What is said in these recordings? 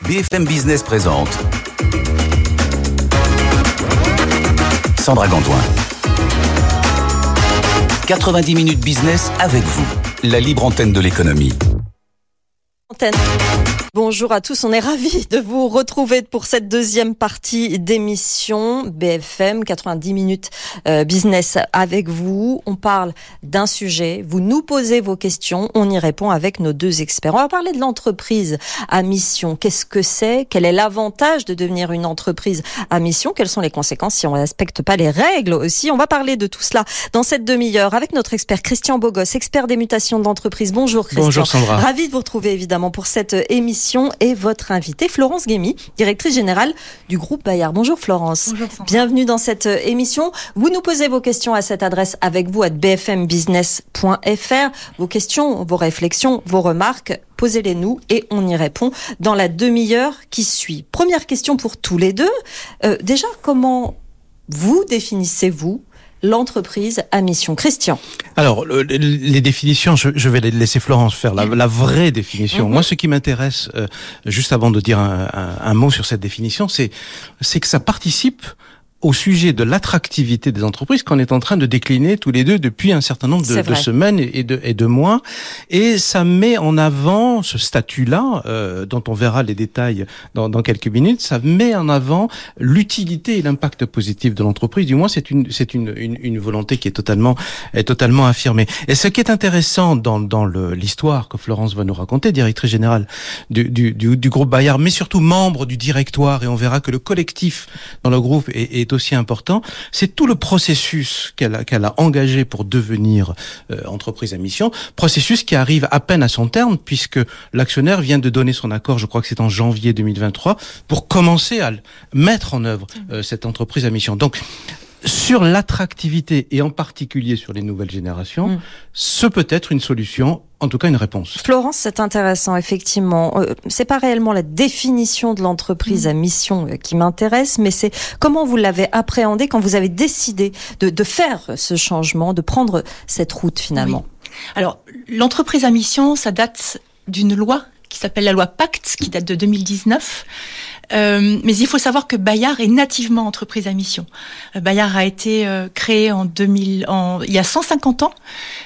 BFM Business présente Sandra Gantoin. 90 minutes business avec vous, la libre antenne de l'économie. Bonjour à tous, on est ravis de vous retrouver pour cette deuxième partie d'émission BFM 90 minutes business avec vous. On parle d'un sujet, vous nous posez vos questions, on y répond avec nos deux experts. On va parler de l'entreprise à mission. Qu'est-ce que c'est ? Quel est l'avantage de devenir une entreprise à mission ? Quelles sont les conséquences si on ne respecte pas les règles aussi ? On va parler de tout cela dans cette demi-heure avec notre expert Christian Bogos, expert des mutations d'entreprise. Bonjour Christian. Bonjour Sandra. Ravi de vous retrouver évidemment pour cette émission. Et votre invitée, Florence Guémy, directrice générale du groupe Bayard. Bonjour Florence. Bonjour Sandra. Bienvenue dans cette émission. Vous nous posez vos questions à cette adresse avec vous à bfmbusiness.fr. Vos questions, vos réflexions, vos remarques, posez-les nous et on y répond dans la demi-heure qui suit. Première question pour tous les deux. Déjà, comment vous définissez-vous l'entreprise à mission? Christian. Alors, les définitions, je vais laisser Florence faire la vraie définition. Moi, ce qui m'intéresse, juste avant de dire un mot sur cette définition, c'est que ça participe au sujet de l'attractivité des entreprises qu'on est en train de décliner tous les deux depuis un certain nombre de semaines et de mois. Et ça met en avant ce statut-là, dont on verra les détails dans quelques minutes, ça met en avant l'utilité et l'impact positif de l'entreprise. Du moins, c'est une volonté qui est totalement affirmée. Et ce qui est intéressant dans l'histoire que Florence va nous raconter, directrice générale du groupe Bayard, mais surtout membre du directoire, et on verra que le collectif dans le groupe est aussi important, c'est tout le processus qu'elle a engagé pour devenir entreprise à mission, processus qui arrive à peine à son terme puisque l'actionnaire vient de donner son accord, je crois que c'est en janvier 2023, pour commencer à mettre en œuvre cette entreprise à mission. Donc, sur l'attractivité et en particulier sur les nouvelles générations, ce peut être une solution, en tout cas une réponse. Florence, c'est intéressant, effectivement. C'est pas réellement la définition de l'entreprise à mission qui m'intéresse, mais c'est comment vous l'avez appréhendé quand vous avez décidé de faire ce changement, de prendre cette route finalement. Oui. Alors, l'entreprise à mission, ça date d'une loi qui s'appelle la loi Pacte, qui date de 2019. Mais il faut savoir que Bayard est nativement entreprise à mission. Bayard a été créé il y a 150 ans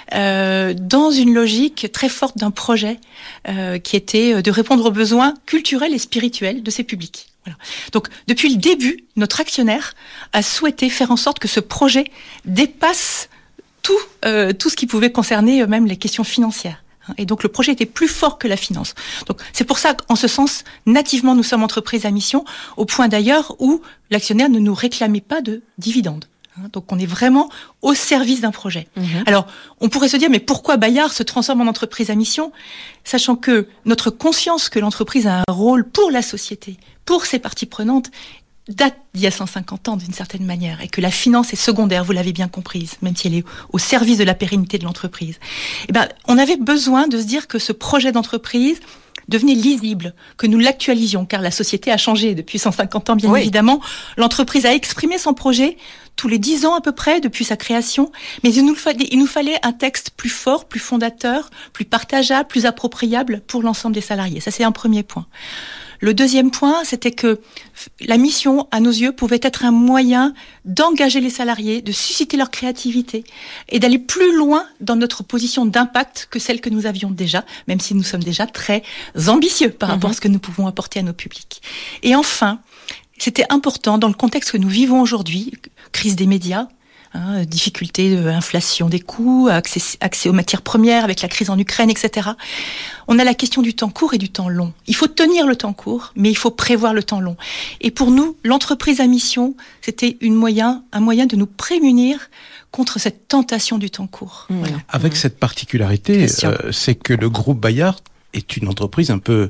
dans une logique très forte d'un projet qui était de répondre aux besoins culturels et spirituels de ses publics. Voilà. Donc, depuis le début, notre actionnaire a souhaité faire en sorte que ce projet dépasse tout ce qui pouvait concerner même les questions financières. Et donc le projet était plus fort que la finance. Donc c'est pour ça qu'en ce sens, nativement, nous sommes entreprise à mission, au point d'ailleurs où l'actionnaire ne nous réclamait pas de dividendes. Donc on est vraiment au service d'un projet. Alors on pourrait se dire, mais pourquoi Bayard se transforme en entreprise à mission, sachant que notre conscience que l'entreprise a un rôle pour la société, pour ses parties prenantes, date d'il y a 150 ans d'une certaine manière, et que la finance est secondaire, vous l'avez bien comprise, même si elle est au service de la pérennité de l'entreprise. On avait besoin de se dire que ce projet d'entreprise devenait lisible, que nous l'actualisions, car la société a changé depuis 150 ans, bien évidemment. L'entreprise a exprimé son projet tous les 10 ans à peu près depuis sa création, mais il nous fallait un texte plus fort, plus fondateur, plus partageable, plus appropriable pour l'ensemble des salariés. Ça, c'est un premier point. Le deuxième point, c'était que la mission, à nos yeux, pouvait être un moyen d'engager les salariés, de susciter leur créativité et d'aller plus loin dans notre position d'impact que celle que nous avions déjà, même si nous sommes déjà très ambitieux par rapport à ce que nous pouvons apporter à nos publics. Et enfin, c'était important dans le contexte que nous vivons aujourd'hui, crise des médias, difficultés d'inflation des coûts, accès aux matières premières avec la crise en Ukraine, etc. On a la question du temps court et du temps long. Il faut tenir le temps court, mais il faut prévoir le temps long. Et pour nous, l'entreprise à mission, c'était un moyen de nous prémunir contre cette tentation du temps court. Voilà. Avec cette particularité, c'est que le groupe Bayard est une entreprise un peu...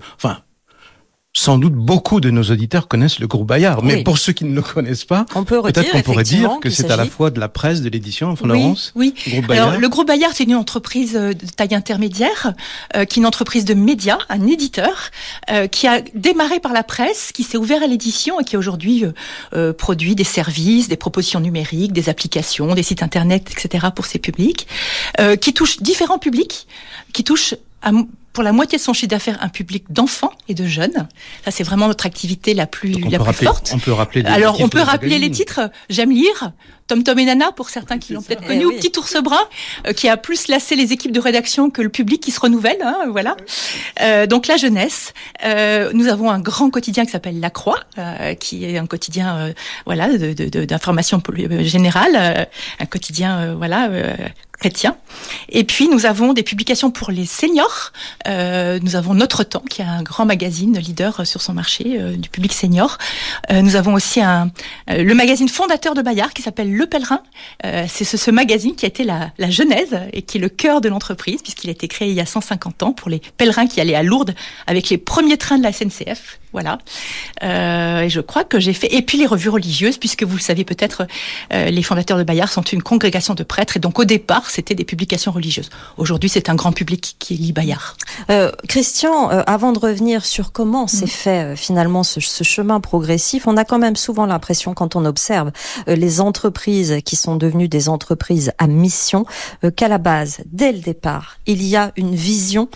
Sans doute beaucoup de nos auditeurs connaissent le groupe Bayard, mais pour ceux qui ne le connaissent pas, peut-être qu'on pourrait dire que c'est à la fois de la presse, de l'édition, Florence. Oui. Groupe Bayard. Alors le groupe Bayard, c'est une entreprise de taille intermédiaire, qui est une entreprise de médias, un éditeur, qui a démarré par la presse, qui s'est ouvert à l'édition et qui aujourd'hui produit des services, des propositions numériques, des applications, des sites internet, etc. pour ses publics, qui touche différents publics, qui touche à pour la moitié de son chiffre d'affaires un public d'enfants et de jeunes. Ça, c'est vraiment notre activité la plus forte. On peut rappeler les titres. J'aime lire. Tom Tom et Nana, pour certains qui l'ont peut-être connu, ou Petit Ours Brun, qui a plus lassé les équipes de rédaction que le public qui se renouvelle, voilà. Donc la jeunesse. Nous avons un grand quotidien qui s'appelle La Croix, qui est un quotidien, d'information générale, un quotidien, chrétien. Et puis nous avons des publications pour les seniors. Nous avons Notre Temps, qui est un grand magazine leader sur son marché du public senior. Nous avons aussi le magazine fondateur de Bayard qui s'appelle Le Pèlerin. C'est ce magazine qui a été la genèse et qui est le cœur de l'entreprise, puisqu'il a été créé il y a 150 ans pour les pèlerins qui allaient à Lourdes avec les premiers trains de la SNCF. Voilà. Et je crois que j'ai fait. Et puis les revues religieuses, puisque vous le savez peut-être, les fondateurs de Bayard sont une congrégation de prêtres, et donc au départ c'était des publications religieuses. Aujourd'hui, c'est un grand public qui lit Bayard. Christian, avant de revenir sur comment s'est fait finalement ce chemin progressif, on a quand même souvent l'impression, quand on observe les entreprises qui sont devenues des entreprises à mission, qu'à la base, dès le départ, il y a une vision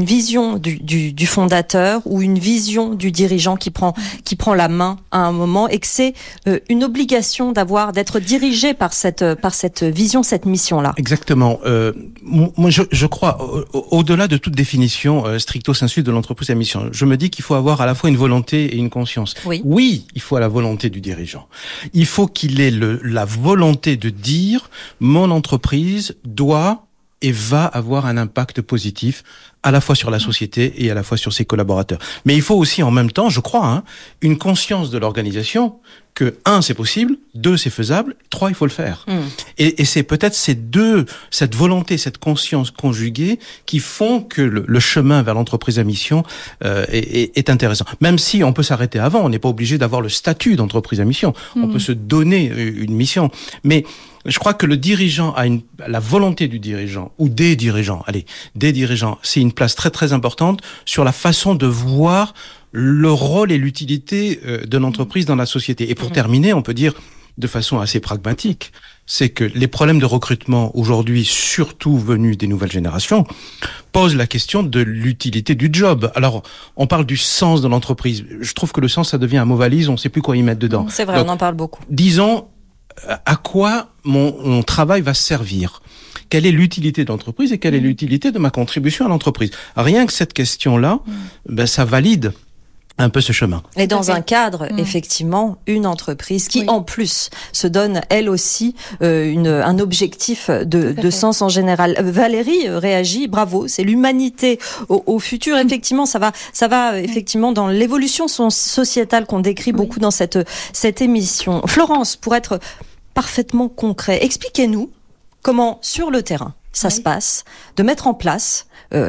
du fondateur ou une vision du dirigeant qui prend la main à un moment, et que c'est une obligation d'être dirigé par cette vision, cette mission-là. Exactement. Moi, je crois, au-delà de toute définition stricto sensu de l'entreprise à mission, je me dis qu'il faut avoir à la fois une volonté et une conscience. Oui, il faut la volonté du dirigeant. Il faut qu'il ait la volonté de dire « mon entreprise doit et va avoir un impact positif à la fois sur la société et à la fois sur ses collaborateurs. » Mais il faut aussi en même temps, je crois, une conscience de l'organisation que 1, c'est possible, 2, c'est faisable, 3, il faut le faire. Et c'est peut-être cette volonté, cette conscience conjuguée qui font que le chemin vers l'entreprise à mission est intéressant. Même si on peut s'arrêter avant, on n'est pas obligé d'avoir le statut d'entreprise à mission. On peut se donner une mission. Mais je crois que le dirigeant la volonté du dirigeant, ou des dirigeants, c'est une place très très importante sur la façon de voir le rôle et l'utilité de l'entreprise dans la société. Et pour terminer, on peut dire de façon assez pragmatique, c'est que les problèmes de recrutement aujourd'hui, surtout venus des nouvelles générations, posent la question de l'utilité du job. Alors, on parle du sens de l'entreprise. Je trouve que le sens, ça devient un mot valise, on ne sait plus quoi y mettre dedans. C'est vrai, donc, on en parle beaucoup. Disons, à quoi mon travail va servir ? Quelle est l'utilité de l'entreprise et quelle est l'utilité de ma contribution à l'entreprise ? Rien que cette question-là, ça valide un peu ce chemin. Et dans un cadre, effectivement, une entreprise qui, en plus, se donne, elle aussi, un objectif de sens en général. Valérie réagit, bravo, c'est l'humanité au futur. Effectivement, ça va effectivement dans l'évolution sociétale qu'on décrit beaucoup dans cette émission. Florence, pour être parfaitement concret, expliquez-nous comment, sur le terrain, ça se passe, de mettre en place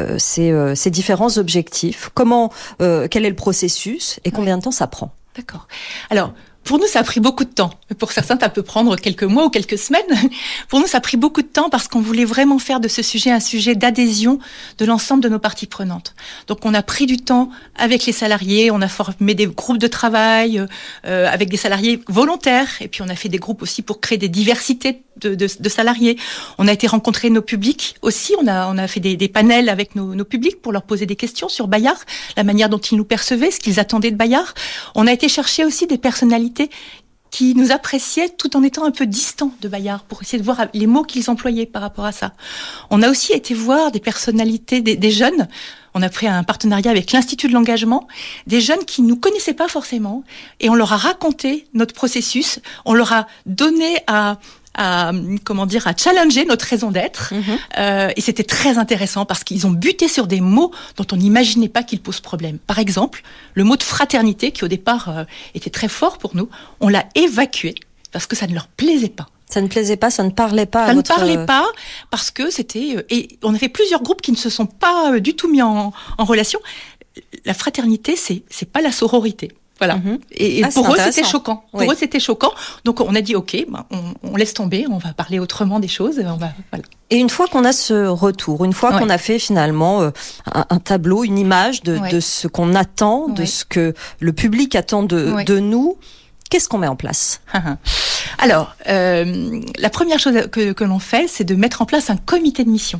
ces différents objectifs, quel est le processus et combien de temps ça prend. D'accord. Alors, pour nous, ça a pris beaucoup de temps. Pour certains, ça peut prendre quelques mois ou quelques semaines. Pour nous, ça a pris beaucoup de temps parce qu'on voulait vraiment faire de ce sujet un sujet d'adhésion de l'ensemble de nos parties prenantes. Donc, on a pris du temps avec les salariés, on a formé des groupes de travail avec des salariés volontaires, et puis on a fait des groupes aussi pour créer des diversités de salariés. On a été rencontrer nos publics aussi. On a fait des panels avec nos publics pour leur poser des questions sur Bayard, la manière dont ils nous percevaient, ce qu'ils attendaient de Bayard. On a été chercher aussi des personnalités qui nous appréciaient tout en étant un peu distants de Bayard pour essayer de voir les mots qu'ils employaient par rapport à ça. On a aussi été voir des personnalités, des jeunes. On a pris un partenariat avec l'Institut de l'engagement, des jeunes qui nous connaissaient pas forcément, et on leur a raconté notre processus. On leur a donné à challenger notre raison d'être. Et c'était très intéressant parce qu'ils ont buté sur des mots dont on n'imaginait pas qu'ils posent problème. Par exemple, le mot de fraternité, qui au départ était très fort pour nous, on l'a évacué parce que ça ne leur plaisait pas. Ça ne plaisait pas, ça ne parlait pas. Ça ne parlait pas parce que c'était... et on a fait plusieurs groupes qui ne se sont pas du tout mis en relation. La fraternité, c'est pas la sororité. Voilà. Et pour eux, c'était choquant. Pour eux, c'était choquant. Donc, on a dit, OK, on laisse tomber, on va parler autrement des choses. Voilà. Et une fois qu'on a ce retour, une fois qu'on a fait finalement un tableau, une image de ce qu'on attend, de ce que le public attend de nous, qu'est-ce qu'on met en place ? Alors, la première chose que l'on fait, c'est de mettre en place un comité de mission.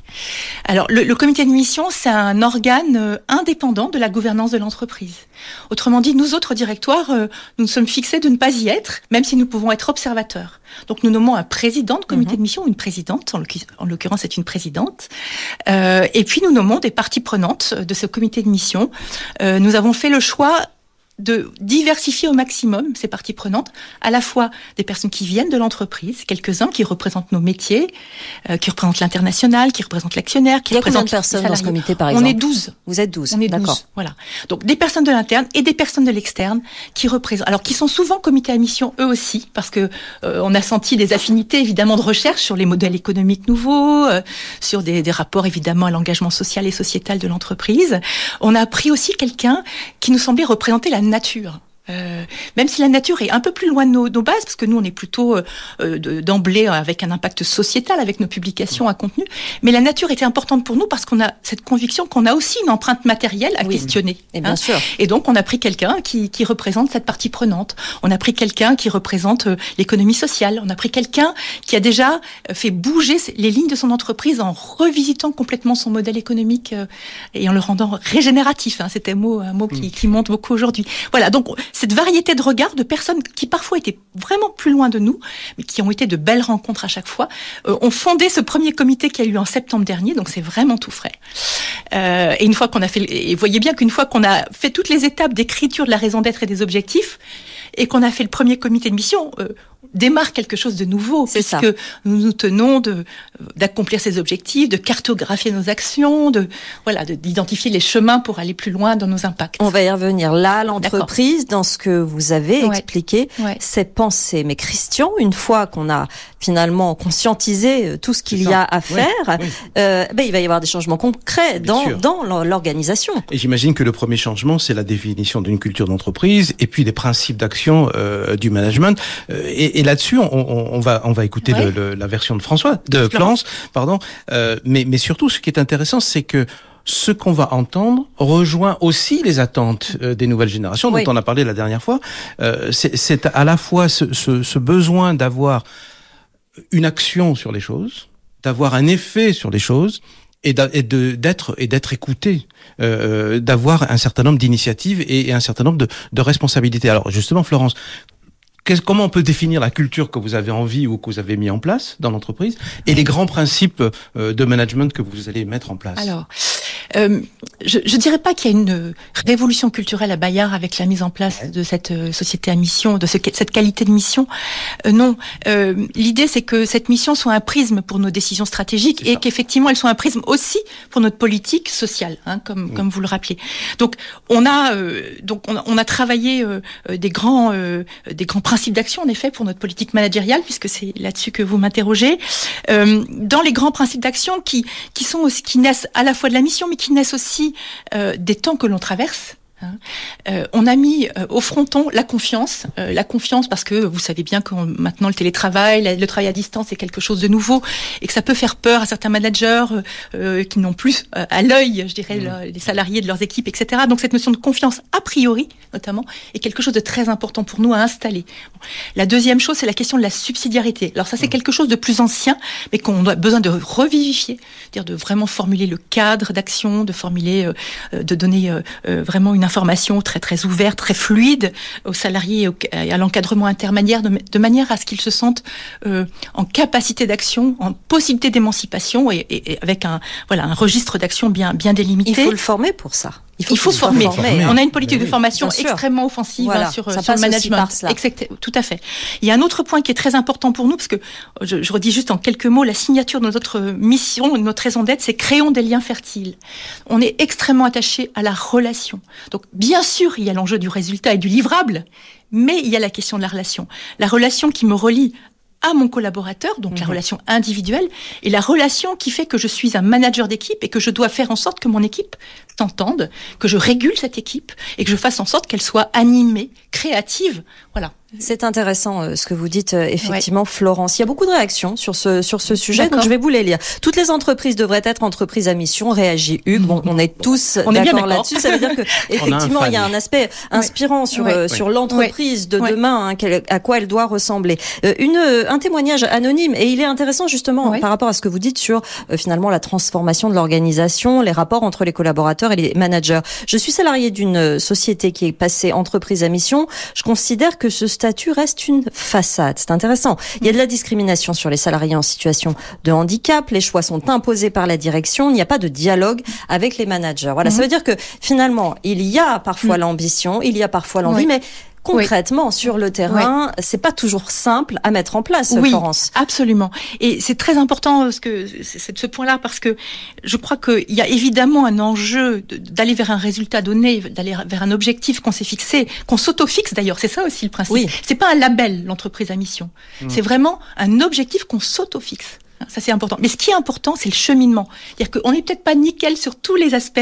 Alors, le comité de mission, c'est un organe indépendant de la gouvernance de l'entreprise. Autrement dit, nous autres directoires, nous sommes fixés de ne pas y être, même si nous pouvons être observateurs. Donc, nous nommons un président de comité de mission, ou une présidente, en l'occurrence, c'est une présidente. Et puis, nous nommons des parties prenantes de ce comité de mission. Nous avons fait le choix de diversifier au maximum ces parties prenantes, à la fois des personnes qui viennent de l'entreprise, quelques-uns qui représentent nos métiers, qui représentent l'international, qui représentent l'actionnaire, qui représentent les personnes dans ce comité, par exemple? On est 12. Vous êtes 12. On est 12. D'accord. Voilà. Donc, des personnes de l'interne et des personnes de l'externe qui représentent, alors qui sont souvent comités à mission eux aussi, parce que on a senti des affinités évidemment de recherche sur les modèles économiques nouveaux, sur des rapports évidemment à l'engagement social et sociétal de l'entreprise. On a pris aussi quelqu'un qui nous semblait représenter la nature. Même si la nature est un peu plus loin de nos bases, parce que nous on est plutôt d'emblée avec un impact sociétal avec nos publications à contenu, mais la nature était importante pour nous parce qu'on a cette conviction qu'on a aussi une empreinte matérielle à questionner. Et bien sûr. Et donc on a pris quelqu'un qui représente cette partie prenante. On a pris quelqu'un qui représente l'économie sociale. On a pris quelqu'un qui a déjà fait bouger les lignes de son entreprise en revisitant complètement son modèle économique et en le rendant régénératif. C'était un mot qui monte beaucoup aujourd'hui. Voilà, donc cette variété de regards de personnes qui parfois étaient vraiment plus loin de nous, mais qui ont été de belles rencontres à chaque fois, ont fondé ce premier comité qui a eu lieu en septembre dernier, donc c'est vraiment tout frais. Et une fois qu'on a fait, et voyez bien qu'une fois qu'on a fait toutes les étapes d'écriture de la raison d'être et des objectifs, et qu'on a fait le premier comité de mission, démarre quelque chose de nouveau, puisque nous nous tenons d'accomplir ces objectifs, de cartographier nos actions, d'identifier les chemins pour aller plus loin dans nos impacts. On va y revenir. Là, l'entreprise, dans ce que vous avez expliqué, c'est penser. Mais Christian, une fois qu'on a finalement conscientisé tout ce qu'il y a à faire, il va y avoir des changements concrets dans l'organisation. Et j'imagine que le premier changement, c'est la définition d'une culture d'entreprise et puis des principes d'action du management. Et là-dessus, on va écouter la version de Florence, pardon. Mais surtout, ce qui est intéressant, c'est que ce qu'on va entendre rejoint aussi les attentes des nouvelles générations dont on a parlé la dernière fois. C'est à la fois ce besoin d'avoir une action sur les choses, d'avoir un effet sur les choses, et d'être écouté, d'avoir un certain nombre d'initiatives et un certain nombre de responsabilités. Alors justement, Florence, comment on peut définir la culture que vous avez envie ou que vous avez mis en place dans l'entreprise et les grands principes de management que vous allez mettre en place? Alors, je dirais pas qu'il y a une révolution culturelle à Bayard avec la mise en place de cette société à mission, de cette qualité de mission. Non, l'idée c'est que cette mission soit un prisme pour nos décisions stratégiques et qu'effectivement elle soit un prisme aussi pour notre politique sociale, comme vous le rappelez. Donc on a travaillé des grands principes d'action en effet pour notre politique managériale, puisque c'est là-dessus que vous m'interrogez. Dans les grands principes d'action qui naissent à la fois de la mission, mais qui naissent aussi des temps que l'on traverse. On a mis au fronton la confiance parce que vous savez bien que maintenant le télétravail, le travail à distance est quelque chose de nouveau et que ça peut faire peur à certains managers qui n'ont plus à l'œil, je dirais, les salariés de leurs équipes, etc. Donc cette notion de confiance a priori, notamment, est quelque chose de très important pour nous à installer. La deuxième chose, c'est la question de la subsidiarité. Alors ça, c'est quelque chose de plus ancien, mais qu'on a besoin de revivifier, c'est-à-dire de vraiment formuler le cadre d'action, de formuler, de donner vraiment une information très très ouverte, très fluide aux salariés et à l'encadrement intermédiaire, de manière à ce qu'ils se sentent en capacité d'action, en possibilité d'émancipation et avec un registre d'action bien délimité. Il faut le former pour ça. Il faut se former. On a une politique de formation extrêmement offensive sur le management. Tout à fait. Il y a un autre point qui est très important pour nous, parce que je redis juste en quelques mots, la signature de notre mission, de notre raison d'être, c'est créons des liens fertiles. On est extrêmement attaché à la relation. Donc, bien sûr, il y a l'enjeu du résultat et du livrable, mais il y a la question de la relation. La relation qui me relie à mon collaborateur, donc la relation individuelle, et la relation qui fait que je suis un manager d'équipe et que je dois faire en sorte que mon équipe s'entende, que je régule cette équipe et que je fasse en sorte qu'elle soit animée, créative, C'est intéressant ce que vous dites, effectivement, Florence. Il y a beaucoup de réactions sur ce sujet, donc je vais vous les lire. Toutes les entreprises devraient être entreprises à mission, réagit Hugues. Bon, on est tous d'accord là-dessus. Ça veut dire que effectivement, il y a un aspect inspirant sur l'entreprise de demain, à quoi elle doit ressembler. Un témoignage anonyme, et il est intéressant justement par rapport à ce que vous dites sur finalement la transformation de l'organisation, les rapports entre les collaborateurs et les managers. Je suis salarié d'une société qui est passée entreprise à mission. Je considère que ce statut reste une façade. C'est intéressant. Il y a de la discrimination sur les salariés en situation de handicap. Les choix sont imposés par la direction. Il n'y a pas de dialogue avec les managers. Voilà. Ça veut dire que finalement, il y a parfois l'ambition, il y a parfois l'envie, mais concrètement, sur le terrain, c'est pas toujours simple à mettre en place, Florence. Absolument. Et c'est très important ce point-là, parce que je crois qu'il y a évidemment un enjeu d'aller vers un résultat donné, d'aller vers un objectif qu'on s'est fixé, qu'on s'auto-fixe d'ailleurs. C'est ça aussi le principe. Oui. C'est pas un label, l'entreprise à mission. C'est vraiment un objectif qu'on s'auto-fixe. Ça, c'est important. Mais ce qui est important, c'est le cheminement. C'est-à-dire qu'on n'est peut-être pas nickel sur tous les aspects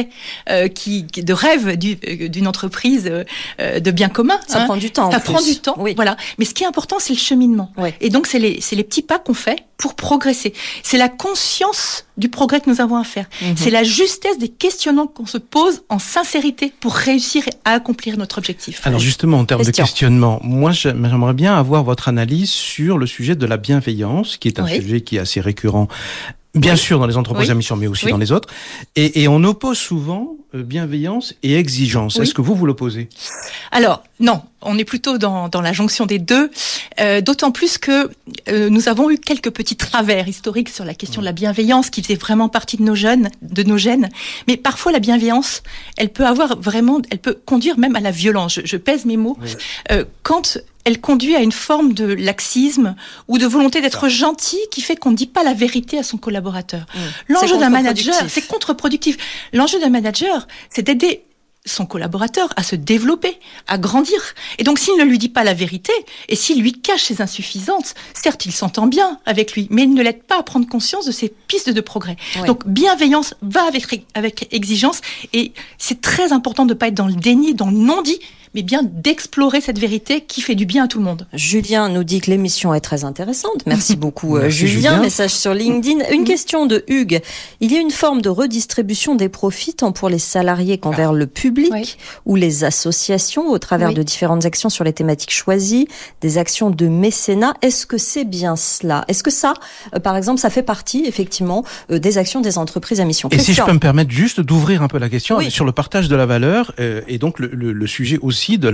de rêve d'une entreprise de bien commun. Ça prend du temps. Ça prend du temps. Oui. Voilà. Mais ce qui est important, c'est le cheminement. Oui. Et donc, c'est les petits pas qu'on fait pour progresser. C'est la conscience du progrès que nous avons à faire. C'est la justesse des questionnements qu'on se pose en sincérité pour réussir à accomplir notre objectif. Alors justement, en termes de questionnement, moi j'aimerais bien avoir votre analyse sur le sujet de la bienveillance, qui est un sujet qui est assez récurrent, bien sûr dans les entreprises à mission, mais aussi dans les autres. Et on oppose souvent bienveillance et exigence. Est-ce que vous l'opposez ? Alors, non. On est plutôt dans la jonction des deux, d'autant plus que nous avons eu quelques petits travers historiques sur la question de la bienveillance qui faisait vraiment partie de nos gènes. Mais parfois la bienveillance, elle peut conduire même à la violence. Je pèse mes mots. Quand elle conduit à une forme de laxisme ou de volonté d'être gentil qui fait qu'on ne dit pas la vérité à son collaborateur. L'enjeu d'un manager, c'est contre-productif. L'enjeu d'un manager, c'est d'aider son collaborateur à se développer, à grandir. Et donc, s'il ne lui dit pas la vérité, et s'il lui cache ses insuffisances, certes, il s'entend bien avec lui, mais il ne l'aide pas à prendre conscience de ses pistes de progrès. Donc, bienveillance va avec exigence, et c'est très important de ne pas être dans le déni, dans le non-dit, mais bien d'explorer cette vérité qui fait du bien à tout le monde. Julien nous dit que l'émission est très intéressante. Merci beaucoup, Julien. Message sur LinkedIn. Une question de Hugues. Il y a une forme de redistribution des profits tant pour les salariés qu'envers le public ou les associations au travers de différentes actions sur les thématiques choisies, des actions de mécénat. Est-ce que c'est bien cela ? Est-ce que ça, par exemple, ça fait partie effectivement des actions des entreprises à mission ? Et si je peux me permettre juste d'ouvrir un peu la question sur le partage de la valeur et donc le sujet aussi de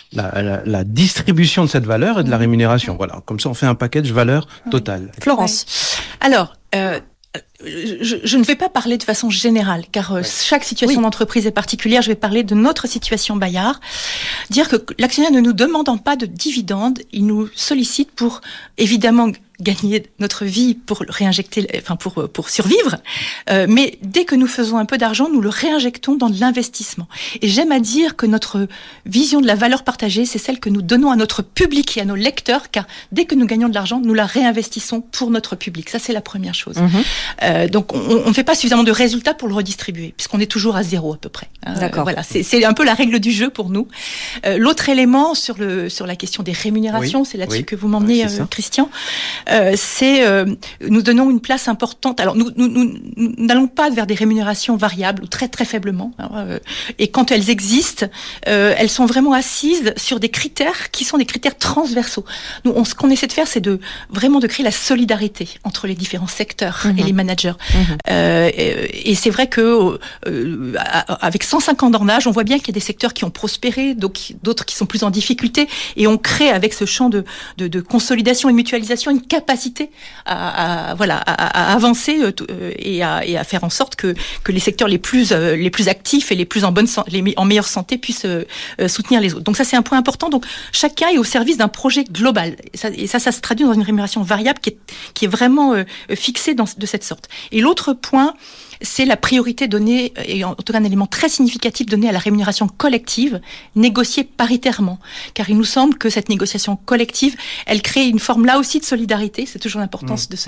la distribution de cette valeur et de la rémunération. Voilà, comme ça on fait un package valeur totale. Florence. Alors, je ne vais pas parler de façon générale, car chaque situation d'entreprise est particulière. Je vais parler de notre situation Bayard. Dire que l'actionnaire ne nous demandant pas de dividendes, il nous sollicite pour évidemment gagner notre vie, pour réinjecter, pour survivre. Mais dès que nous faisons un peu d'argent, nous le réinjectons dans de l'investissement. Et j'aime à dire que notre vision de la valeur partagée, c'est celle que nous donnons à notre public et à nos lecteurs, car dès que nous gagnons de l'argent, nous la réinvestissons pour notre public. Ça, c'est la première chose. Donc, on ne fait pas suffisamment de résultats pour le redistribuer, puisqu'on est toujours à zéro à peu près. D'accord. Voilà, c'est un peu la règle du jeu pour nous. L'autre élément sur la question des rémunérations, c'est là-dessus que vous m'emmenez, Christian. Nous donnons une place importante. Alors, nous n'allons pas vers des rémunérations variables ou très très faiblement. Et quand elles existent, elles sont vraiment assises sur des critères qui sont des critères transversaux. Nous, ce qu'on essaie de faire, c'est vraiment de créer la solidarité entre les différents secteurs et les managers. Et c'est vrai que avec 105 ans d'en âge, on voit bien qu'il y a des secteurs qui ont prospéré, d'autres qui sont plus en difficulté, et on crée avec ce champ de consolidation et mutualisation une capacité à avancer et à faire en sorte que les secteurs les plus actifs et les plus en meilleure santé puissent soutenir les autres. Donc ça, c'est un point important. Donc chacun est au service d'un projet global. Et ça se traduit dans une rémunération variable qui est vraiment fixée de cette sorte. Et l'autre point, c'est la priorité donnée, et en tout cas un élément très significatif donné à la rémunération collective, négociée paritairement. Car il nous semble que cette négociation collective, elle crée une forme là aussi de solidarité. C'est toujours l'importance de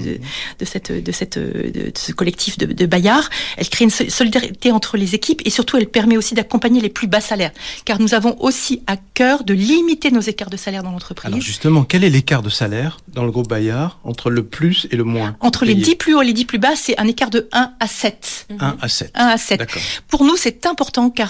ce collectif de Bayard. Elle crée une solidarité entre les équipes et surtout elle permet aussi d'accompagner les plus bas salaires. Car nous avons aussi à cœur de limiter nos écarts de salaire dans l'entreprise. Alors justement, quel est l'écart de salaire dans le groupe Bayard entre le plus et le moins? Entre les 10 plus hauts et les 10 plus bas, c'est un écart de 1 à 7. 1 à 7. 1 à 7. D'accord. Pour nous, c'est important car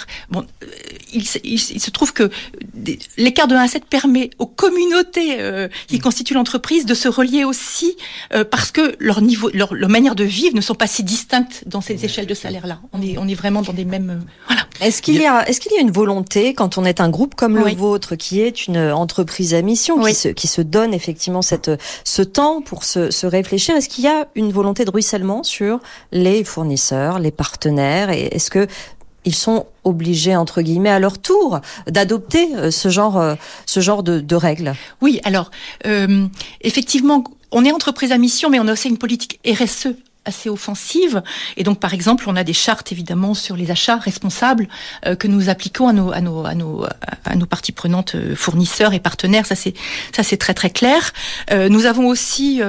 il se trouve que l'écart de 1 à 7 permet aux communautés qui constituent l'entreprise de se relier aussi parce que leur niveau, leur manière de vivre ne sont pas si distinctes dans ces échelles de salaire-là. On est vraiment dans des mêmes... voilà. Est-ce qu'il y a une volonté, quand on est un groupe comme le vôtre, qui est une entreprise à mission, qui se donne effectivement ce temps pour se réfléchir, est-ce qu'il y a une volonté de ruissellement sur les fournisseurs, les partenaires, et est-ce que ils sont obligés, entre guillemets, à leur tour, d'adopter ce genre de règles? Oui, alors, effectivement, on est entreprise à mission, mais on a aussi une politique RSE assez offensive. Et donc, par exemple, on a des chartes, évidemment, sur les achats responsables que nous appliquons à nos parties prenantes, fournisseurs et partenaires. Ça, c'est très, très clair. Nous avons aussi,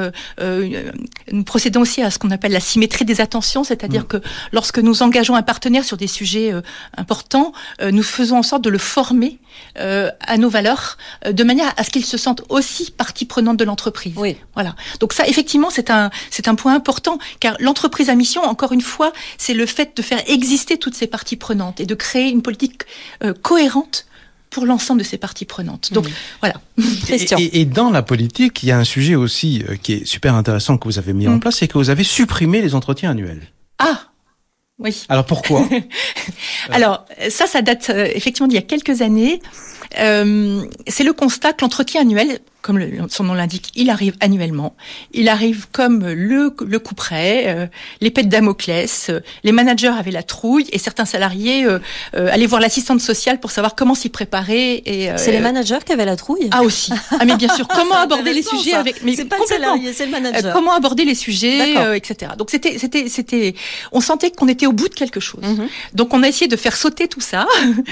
nous procédons aussi à ce qu'on appelle la symétrie des attentions, c'est-à-dire que lorsque nous engageons un partenaire sur des sujets importants, nous faisons en sorte de le former à nos valeurs, de manière à ce qu'il se sente aussi partie prenante de l'entreprise. Oui. Voilà. Donc ça, effectivement, c'est un point important, car l'entreprise à mission, encore une fois, c'est le fait de faire exister toutes ces parties prenantes et de créer une politique cohérente pour l'ensemble de ces parties prenantes. Donc, voilà. Et dans la politique, il y a un sujet aussi qui est super intéressant que vous avez mis en place, c'est que vous avez supprimé les entretiens annuels. Ah! Oui. Alors pourquoi? Alors ça date effectivement d'il y a quelques années. C'est le constat que l'entretien annuel, comme son nom l'indique, il arrive annuellement. Il arrive comme le coup près, l'épée de Damoclès. Les managers avaient la trouille et certains salariés allaient voir l'assistante sociale pour savoir comment s'y préparer. C'est les managers qui avaient la trouille? Ah aussi. Ah mais bien sûr. Comment aborder les sujets avec? Mais c'est pas le salarié, c'est le manager. Comment aborder les sujets, etc. Donc c'était. On sentait qu'on était au bout de quelque chose. Donc on a essayé de faire sauter tout ça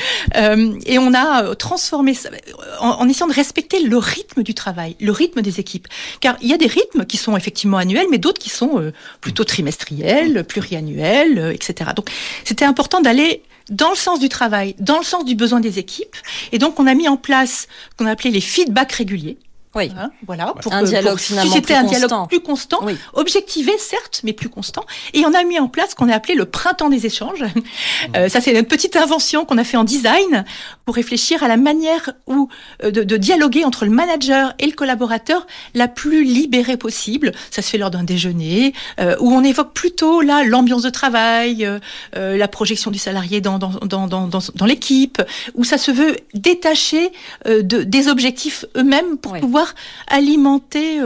et on a transformé ça en essayant de respecter le rythme du travail, le rythme des équipes. Car il y a des rythmes qui sont effectivement annuels, mais d'autres qui sont plutôt trimestriels, pluriannuels, etc. Donc c'était important d'aller dans le sens du travail, dans le sens du besoin des équipes. Et donc on a mis en place ce qu'on a appelé les feedbacks réguliers. Oui. Voilà, pour susciter un dialogue plus constant, objectivé certes, mais plus constant. Et on a mis en place ce qu'on a appelé le printemps des échanges. Ça, c'est notre petite invention qu'on a fait en design pour réfléchir à la manière de dialoguer entre le manager et le collaborateur la plus libérée possible. Ça se fait lors d'un déjeuner où on évoque plutôt là l'ambiance de travail, la projection du salarié dans l'équipe, où ça se veut détacher des objectifs eux-mêmes pour pouvoir alimenter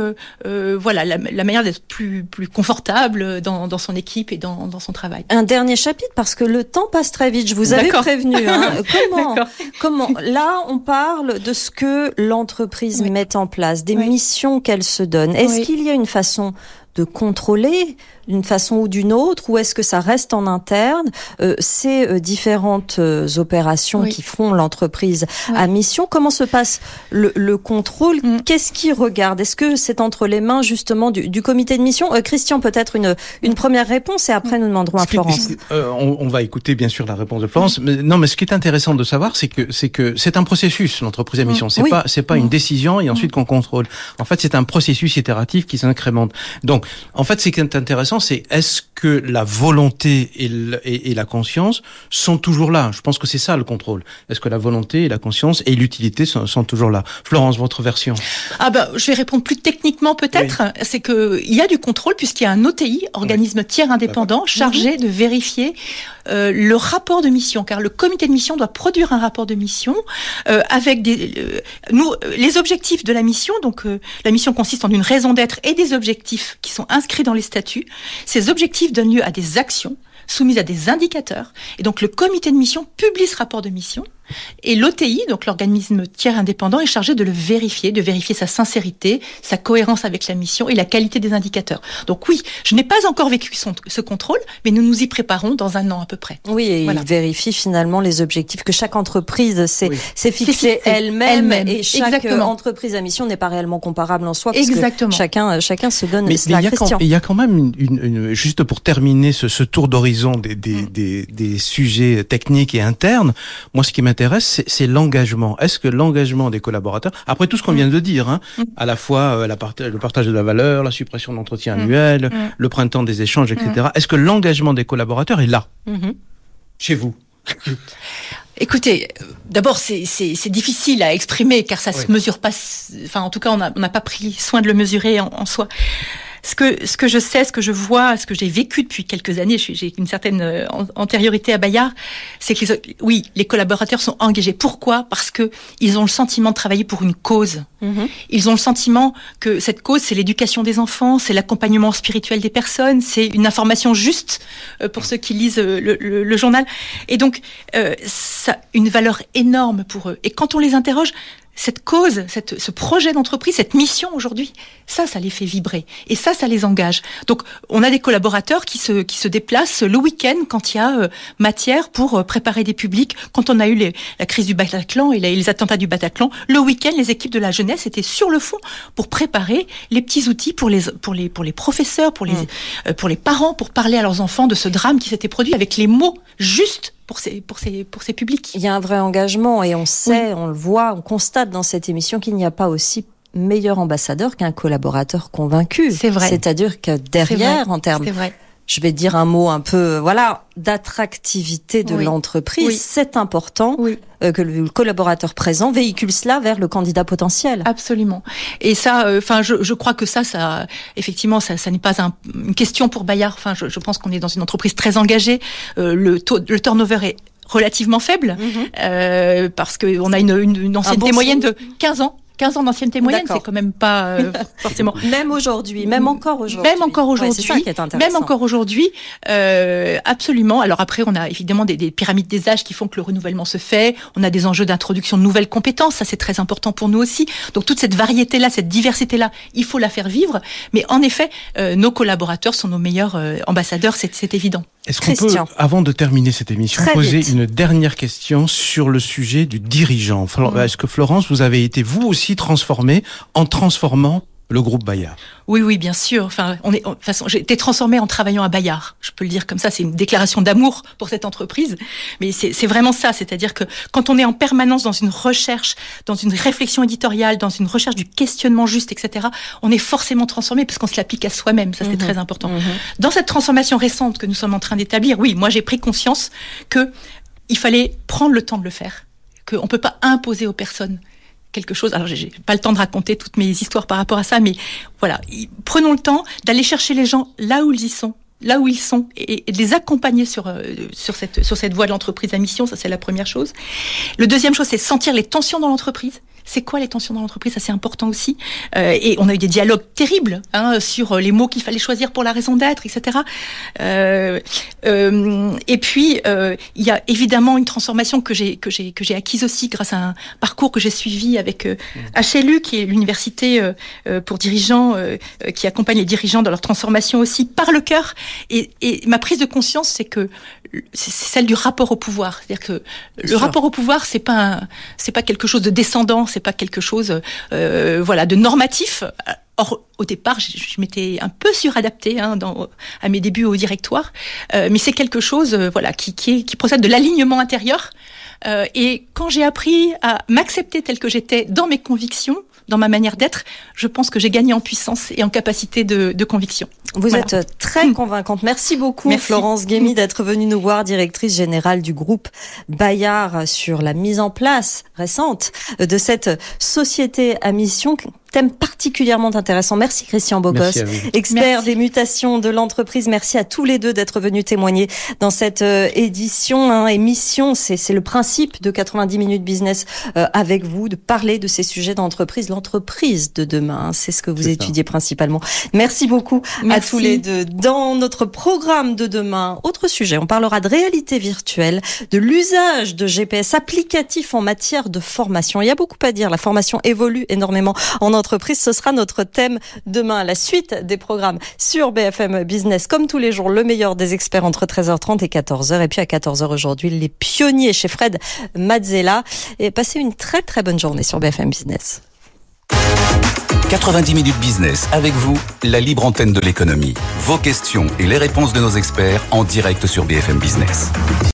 la manière d'être plus confortable dans son équipe et dans son travail. Un dernier chapitre, parce que le temps passe très vite, je vous avais prévenu. Comment là, on parle de ce que l'entreprise met en place, des missions qu'elle se donne. Est-ce qu'il y a une façon de contrôler d'une façon ou d'une autre, ou est-ce que ça reste en interne, ces différentes opérations qui font l'entreprise à mission? Comment se passe le contrôle? Qu'est-ce qui regarde? Est-ce que c'est entre les mains justement du comité de mission? Christian, peut-être une première réponse et après nous demanderons à Florence. On va écouter bien sûr la réponse de Florence. Mais ce qui est intéressant de savoir, c'est que c'est un processus, l'entreprise à mission. C'est pas une décision et ensuite qu'on contrôle. En fait, c'est un processus itératif qui s'incrémente. Donc, en fait, ce qui est intéressant, c'est est-ce que la volonté et la conscience sont toujours là? Je pense que c'est ça le contrôle. Est-ce que la volonté et la conscience et l'utilité sont toujours là? Florence, votre version? Je vais répondre plus techniquement peut-être. Oui. C'est que il y a du contrôle puisqu'il y a un OTI, organisme tiers indépendant, chargé de vérifier le rapport de mission, car le comité de mission doit produire un rapport de mission avec les objectifs de la mission. Donc la mission consiste en une raison d'être et des objectifs qui sont inscrits dans les statuts. Ces objectifs donnent lieu à des actions soumises à des indicateurs. Et donc le comité de mission publie ce rapport de mission Et l'OTI, donc l'organisme tiers indépendant, est chargé de le vérifier, de vérifier sa sincérité, sa cohérence avec la mission et la qualité des indicateurs. Donc oui, je n'ai pas encore vécu ce contrôle, mais nous nous y préparons dans 1 an à peu près. Oui, et il vérifie finalement les objectifs que chaque entreprise s'est fixé elle-même, et chaque entreprise à mission n'est pas réellement comparable en soi, parce que chacun se donne cela. Il y a quand même juste pour terminer ce tour d'horizon des sujets techniques et internes, moi ce qui m'intéresse c'est l'engagement. Est-ce que l'engagement des collaborateurs, après tout ce qu'on vient de dire, à la fois le partage de la valeur, la suppression de l'entretien annuel, le printemps des échanges, etc. Est-ce que l'engagement des collaborateurs est là chez vous? Écoutez, d'abord c'est difficile à exprimer car ça se mesure pas. Enfin, en tout cas, on n'a pas pris soin de le mesurer en soi. Ce que je sais, ce que je vois, ce que j'ai vécu depuis quelques années, j'ai une certaine antériorité à Bayard, c'est que les collaborateurs sont engagés. Pourquoi ? Parce que ils ont le sentiment de travailler pour une cause. Ils ont le sentiment que cette cause, c'est l'éducation des enfants, c'est l'accompagnement spirituel des personnes, c'est une information juste pour ceux qui lisent le journal. Et donc, ça a une valeur énorme pour eux. Et quand on les interroge, cette cause, ce projet d'entreprise, cette mission aujourd'hui, ça les fait vibrer. Et ça les engage. Donc, on a des collaborateurs qui se déplacent le week-end quand il y a matière pour préparer des publics. Quand on a eu la crise du Bataclan et les attentats du Bataclan, le week-end, les équipes de la jeunesse étaient sur le fond pour préparer les petits outils pour les professeurs, pour les parents, pour parler à leurs enfants de ce drame qui s'était produit avec les mots justes pour ces publics. Il y a un vrai engagement et on sait, on le voit, on constate dans cette émission qu'il n'y a pas aussi meilleur ambassadeur qu'un collaborateur convaincu. C'est vrai. C'est-à-dire que derrière, en termes, je vais dire un mot un peu, d'attractivité de l'entreprise, c'est important que le collaborateur présent véhicule cela vers le candidat potentiel. Absolument. Et ça, je crois que ça effectivement, ça n'est pas une question pour Bayard. Enfin, je pense qu'on est dans une entreprise très engagée. Le turnover est relativement faible parce que on a une ancienneté moyenne de 15 ans. 15 ans d'ancienneté moyenne, c'est quand même pas forcément. Même aujourd'hui, même encore aujourd'hui. C'est ça qui est intéressant. Même encore aujourd'hui, absolument. Alors après, on a évidemment des pyramides des âges qui font que le renouvellement se fait. On a des enjeux d'introduction de nouvelles compétences. Ça, c'est très important pour nous aussi. Donc toute cette variété-là, cette diversité-là, il faut la faire vivre. Mais en effet, nos collaborateurs sont nos meilleurs ambassadeurs. C'est évident. Est-ce qu'on peut, avant de terminer cette émission, poser une dernière question sur le sujet du dirigeant? Est-ce que Florence, vous avez été vous aussi transformée en transformant le groupe Bayard? Oui, bien sûr. Enfin, de toute façon, j'ai été transformée en travaillant à Bayard. Je peux le dire comme ça. C'est une déclaration d'amour pour cette entreprise. Mais c'est vraiment ça. C'est-à-dire que quand on est en permanence dans une recherche, dans une réflexion éditoriale, dans une recherche du questionnement juste, etc., on est forcément transformé parce qu'on se l'applique à soi-même. Ça, c'est très important. Dans cette transformation récente que nous sommes en train d'établir, oui, moi, j'ai pris conscience que il fallait prendre le temps de le faire. Qu'on peut pas imposer aux personnes quelque chose. Alors, j'ai pas le temps de raconter toutes mes histoires par rapport à ça, mais voilà. Prenons le temps d'aller chercher les gens là où ils sont, et de les accompagner sur cette voie de l'entreprise à mission. Ça, c'est la première chose. Le deuxième chose, c'est sentir les tensions dans l'entreprise. C'est quoi les tensions dans l'entreprise? Ça, c'est important aussi. Et on a eu des dialogues terribles sur les mots qu'il fallait choisir pour la raison d'être, etc. Et puis, il y a évidemment une transformation que j'ai acquise aussi grâce à un parcours que j'ai suivi avec HLU, qui est l'université pour dirigeants, qui accompagne les dirigeants dans leur transformation aussi par le cœur. Et ma prise de conscience, c'est que c'est celle du rapport au pouvoir. C'est-à-dire que le rapport au pouvoir, c'est pas quelque chose de descendant, c'est pas quelque chose de normatif. Or, au départ, je m'étais un peu suradaptée à mes débuts au directoire, mais c'est quelque chose qui procède de l'alignement intérieur. Et quand j'ai appris à m'accepter telle que j'étais dans mes convictions, dans ma manière d'être, je pense que j'ai gagné en puissance et en capacité de conviction. Vous êtes très convaincante. Merci beaucoup, Florence Guémy, d'être venue nous voir, directrice générale du groupe Bayard, sur la mise en place récente de cette société à mission thème particulièrement intéressant. Merci Christian Bobos, expert des mutations de l'entreprise. Merci à tous les deux d'être venus témoigner dans cette émission. C'est le principe de 90 minutes business avec vous, de parler de ces sujets d'entreprise, l'entreprise de demain. C'est ce que vous étudiez principalement. Merci beaucoup à tous les deux. Dans notre programme de demain, autre sujet, on parlera de réalité virtuelle, de l'usage de GPS applicatif en matière de formation. Il y a beaucoup à dire. La formation évolue énormément en entreprise. Ce sera notre thème demain. La suite des programmes sur BFM Business. Comme tous les jours, le meilleur des experts entre 13h30 et 14h. Et puis à 14h aujourd'hui, les pionniers chez Fred Mazzella. Et passez une très très bonne journée sur BFM Business. 90 minutes business avec vous, la libre antenne de l'économie. Vos questions et les réponses de nos experts en direct sur BFM Business.